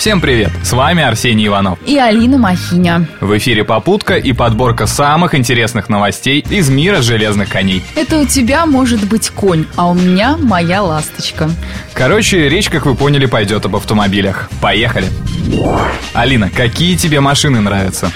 Всем привет! С вами Арсений Иванов и Алина Махиня. В эфире «Попутка» и подборка самых интересных новостей из мира железных коней. Это у тебя может быть конь, а у меня моя ласточка. Короче, речь, как вы поняли, пойдет об автомобилях. Поехали! Алина, какие тебе машины нравятся?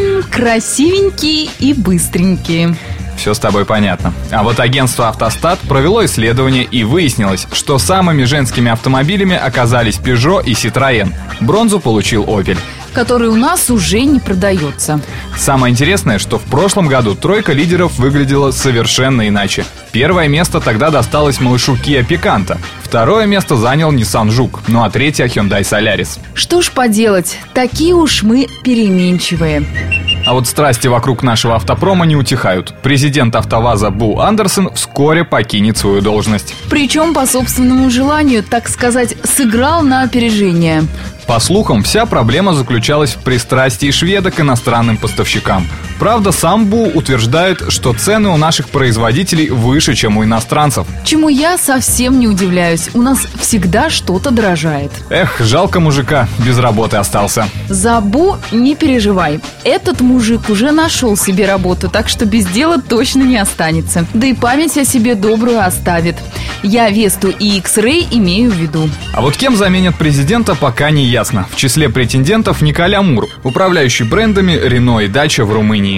Красивенькие и быстренькие. Все с тобой понятно. А вот агентство «Автостат» провело исследование и выяснилось, что самыми женскими автомобилями оказались Peugeot и Citroën. Бронзу получил Opel, который у нас уже не продается. Самое интересное, что в прошлом году тройка лидеров выглядела совершенно иначе. Первое место тогда досталось малышу Kia Picanto. Второе место занял Nissan Juke, ну а третье Hyundai Solaris. Что ж поделать, такие уж мы переменчивые. А вот страсти вокруг нашего автопрома не утихают. Президент АвтоВАЗа Бу Андерсон вскоре покинет свою должность. Причем по собственному желанию, так сказать, сыграл на опережение. По слухам, вся проблема заключалась в пристрастии шведа к иностранным поставщикам. Правда, сам Бу утверждает, что цены у наших производителей выше, чем у иностранцев. Чему я совсем не удивляюсь. У нас всегда что-то дорожает. Эх, жалко мужика, без работы остался. За Бу не переживай. Этот мужик уже нашел себе работу, так что без дела точно не останется. Да и память о себе добрую оставит. Я Весту и X-Ray имею в виду. А вот кем заменят президента, пока не ясно. В числе претендентов Николя Мур, управляющий брендами Renault и Dacia в Румынии.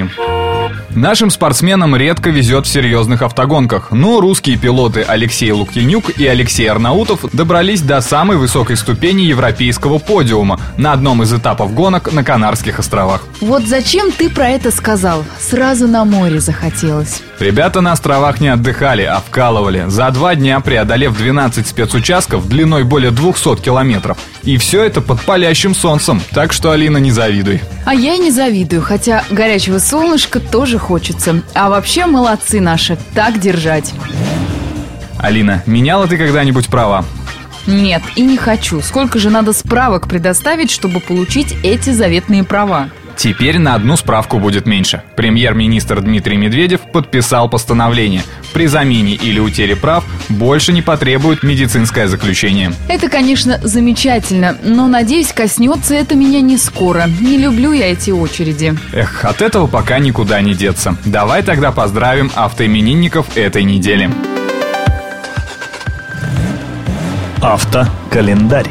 Нашим спортсменам редко везет в серьезных автогонках, но русские пилоты Алексей Лукьянюк и Алексей Арнаутов добрались до самой высокой ступени европейского подиума на одном из этапов гонок на Канарских островах. Вот зачем ты про это сказал? Сразу на море захотелось. Ребята на островах не отдыхали, а вкалывали. За 2 дня преодолев 12 спецучастков длиной более 200 километров. И все это под палящим солнцем. Так что, Алина, не завидуй. А я и не завидую, хотя горячего солнышка тоже хочется. А вообще молодцы наши, так держать. Алина, меняла ты когда-нибудь права? Нет, и не хочу. Сколько же надо справок предоставить, чтобы получить эти заветные права? Теперь на одну справку будет меньше. Премьер-министр Дмитрий Медведев подписал постановление. При замене или утере прав больше не потребует медицинское заключение. Это, конечно, замечательно, но, надеюсь, коснется это меня не скоро. Не люблю я эти очереди. Эх, от этого пока никуда не деться. Давай тогда поздравим автоименинников этой недели. Автокалендарь.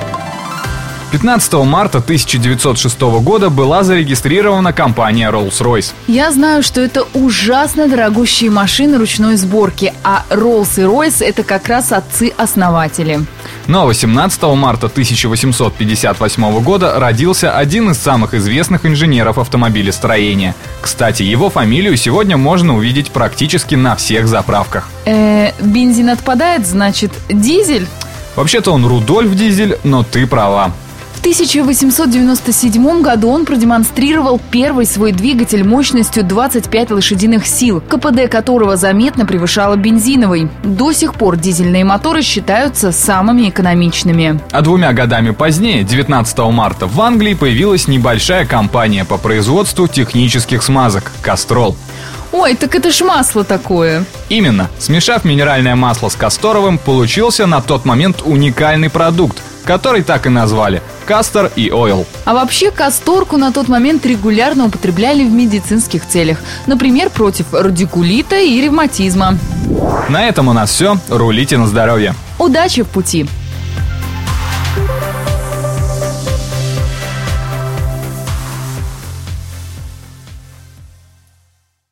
15 марта 1906 года была зарегистрирована компания Rolls-Royce. Я знаю, что это ужасно дорогущие машины ручной сборки, а Rolls и Royce – это как раз отцы-основатели. Но 18 марта 1858 года родился один из самых известных инженеров автомобилестроения. Кстати, его фамилию сегодня можно увидеть практически на всех заправках. Бензин отпадает, значит, дизель? Вообще-то он Рудольф Дизель, но ты права. В 1897 году он продемонстрировал первый свой двигатель мощностью 25 лошадиных сил, КПД которого заметно превышало бензиновый. До сих пор дизельные моторы считаются самыми экономичными. А 2 годами позднее, 19 марта, в Англии появилась небольшая компания по производству технических смазок – Castrol. Ой, так это ж масло такое. Именно. Смешав минеральное масло с касторовым, получился на тот момент уникальный продукт, который так и назвали – Castor и Oil. А вообще касторку на тот момент регулярно употребляли в медицинских целях. Например, против радикулита и ревматизма. На этом у нас все. Рулите на здоровье. Удачи в пути!